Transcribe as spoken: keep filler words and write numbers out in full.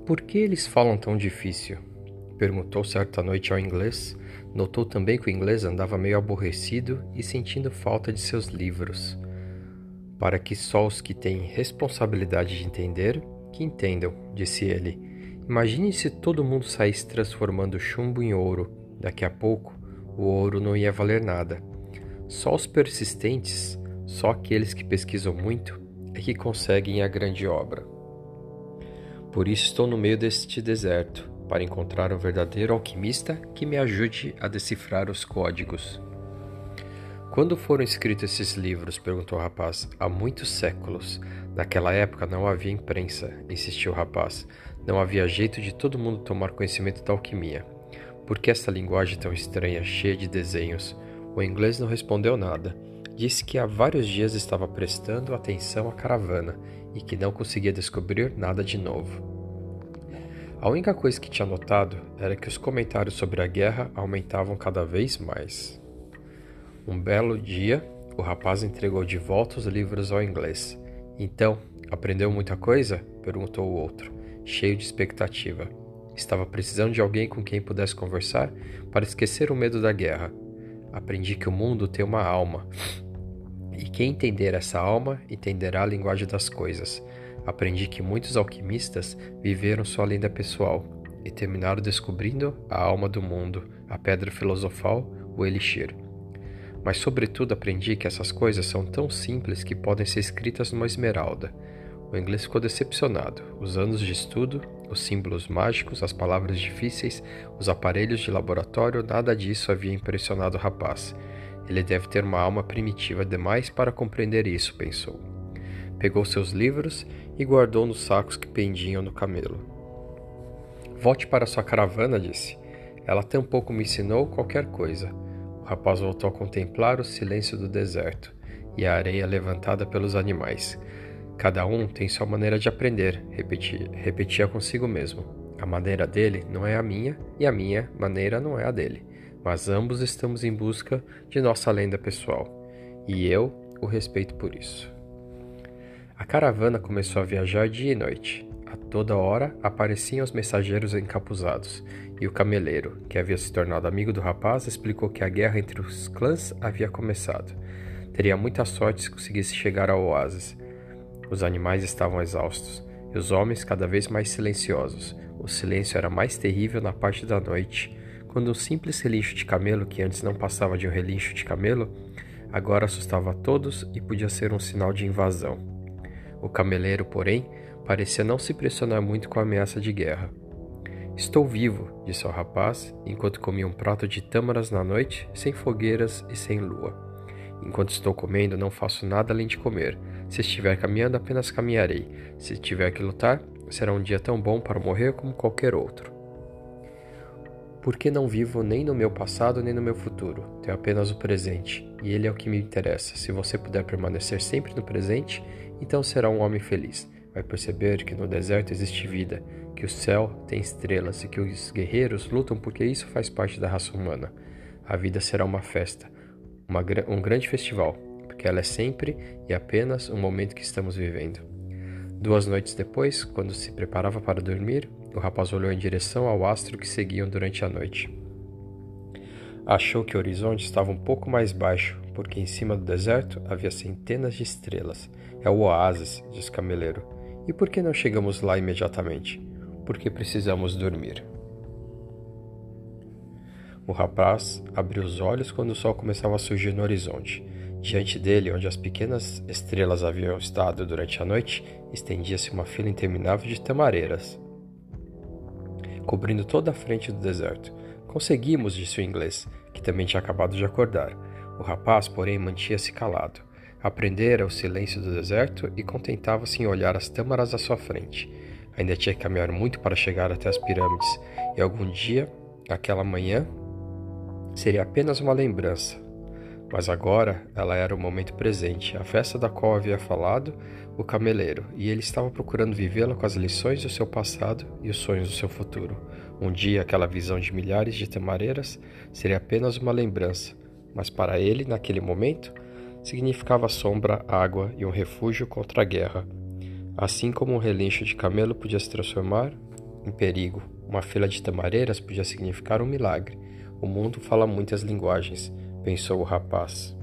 Por que eles falam tão difícil? Perguntou certa noite ao inglês. Notou também que o inglês andava meio aborrecido e sentindo falta de seus livros. Para que só os que têm responsabilidade de entender, que entendam, disse ele. Imagine se todo mundo saísse transformando chumbo em ouro. Daqui a pouco, o ouro não ia valer nada. Só os persistentes, só aqueles que pesquisam muito, é que conseguem a grande obra. Por isso estou no meio deste deserto, para encontrar um verdadeiro alquimista que me ajude a decifrar os códigos. Quando foram escritos esses livros? Perguntou o rapaz. Há muitos séculos. Naquela época não havia imprensa, insistiu o rapaz. Não havia jeito de todo mundo tomar conhecimento da alquimia. Por que essa linguagem tão estranha, cheia de desenhos? O inglês não respondeu nada. Disse que há vários dias estava prestando atenção à caravana e que não conseguia descobrir nada de novo. A única coisa que tinha notado era que os comentários sobre a guerra aumentavam cada vez mais. Um belo dia, o rapaz entregou de volta os livros ao inglês. Então, aprendeu muita coisa? Perguntou o outro, cheio de expectativa. Estava precisando de alguém com quem pudesse conversar para esquecer o medo da guerra. Aprendi que o mundo tem uma alma. E quem entender essa alma, entenderá a linguagem das coisas. Aprendi que muitos alquimistas viveram sua lenda pessoal e terminaram descobrindo a alma do mundo, a pedra filosofal, o elixir. Mas, sobretudo, aprendi que essas coisas são tão simples que podem ser escritas numa esmeralda. O inglês ficou decepcionado. Os anos de estudo, os símbolos mágicos, as palavras difíceis, os aparelhos de laboratório, nada disso havia impressionado o rapaz. Ele deve ter uma alma primitiva demais para compreender isso, pensou. Pegou seus livros e guardou nos sacos que pendiam no camelo. Volte para sua caravana, disse. Ela tampouco me ensinou qualquer coisa. O rapaz voltou a contemplar o silêncio do deserto e a areia levantada pelos animais. Cada um tem sua maneira de aprender, repetia, repetia consigo mesmo. A maneira dele não é a minha e a minha maneira não é a dele. Mas ambos estamos em busca de nossa lenda pessoal. E eu o respeito por isso. A caravana começou a viajar dia e noite. A toda hora apareciam os mensageiros encapuzados, e o cameleiro, que havia se tornado amigo do rapaz, explicou que a guerra entre os clãs havia começado. Teria muita sorte se conseguisse chegar ao oásis. Os animais estavam exaustos, e os homens cada vez mais silenciosos. O silêncio era mais terrível na parte da noite, quando um simples relincho de camelo, que antes não passava de um relincho de camelo, agora assustava a todos e podia ser um sinal de invasão. O cameleiro, porém, parecia não se impressionar muito com a ameaça de guerra. Estou vivo, disse ao rapaz, enquanto comia um prato de tâmaras na noite, sem fogueiras e sem lua. Enquanto estou comendo, não faço nada além de comer. Se estiver caminhando, apenas caminharei. Se tiver que lutar, será um dia tão bom para morrer como qualquer outro. Porque não vivo nem no meu passado nem no meu futuro. Tenho apenas o presente, e ele é o que me interessa. Se você puder permanecer sempre no presente, então será um homem feliz. Vai perceber que no deserto existe vida, que o céu tem estrelas e que os guerreiros lutam porque isso faz parte da raça humana. A vida será uma festa, uma, um grande festival, porque ela é sempre e apenas um momento que estamos vivendo. Duas noites depois, quando se preparava para dormir, o rapaz olhou em direção ao astro que seguiam durante a noite. Achou que o horizonte estava um pouco mais baixo, porque em cima do deserto havia centenas de estrelas. É o oásis, disse o cameleiro. E por que não chegamos lá imediatamente? Porque precisamos dormir. O rapaz abriu os olhos quando o sol começava a surgir no horizonte. Diante dele, onde as pequenas estrelas haviam estado durante a noite, estendia-se uma fila interminável de tamareiras, cobrindo toda a frente do deserto. Conseguimos, disse o inglês, que também tinha acabado de acordar. O rapaz, porém, mantinha-se calado. Aprendera o silêncio do deserto e contentava-se em olhar as tâmaras à sua frente. Ainda tinha que caminhar muito para chegar até as pirâmides, e algum dia, aquela manhã, seria apenas uma lembrança. Mas agora ela era o momento presente, a festa da qual havia falado o cameleiro, e ele estava procurando vivê-la com as lições do seu passado e os sonhos do seu futuro. Um dia aquela visão de milhares de tamareiras seria apenas uma lembrança, mas para ele, naquele momento, significava sombra, água e um refúgio contra a guerra. Assim como um relincho de camelo podia se transformar em perigo. Uma fila de tamareiras podia significar um milagre. O mundo fala muitas linguagens, pensou o rapaz.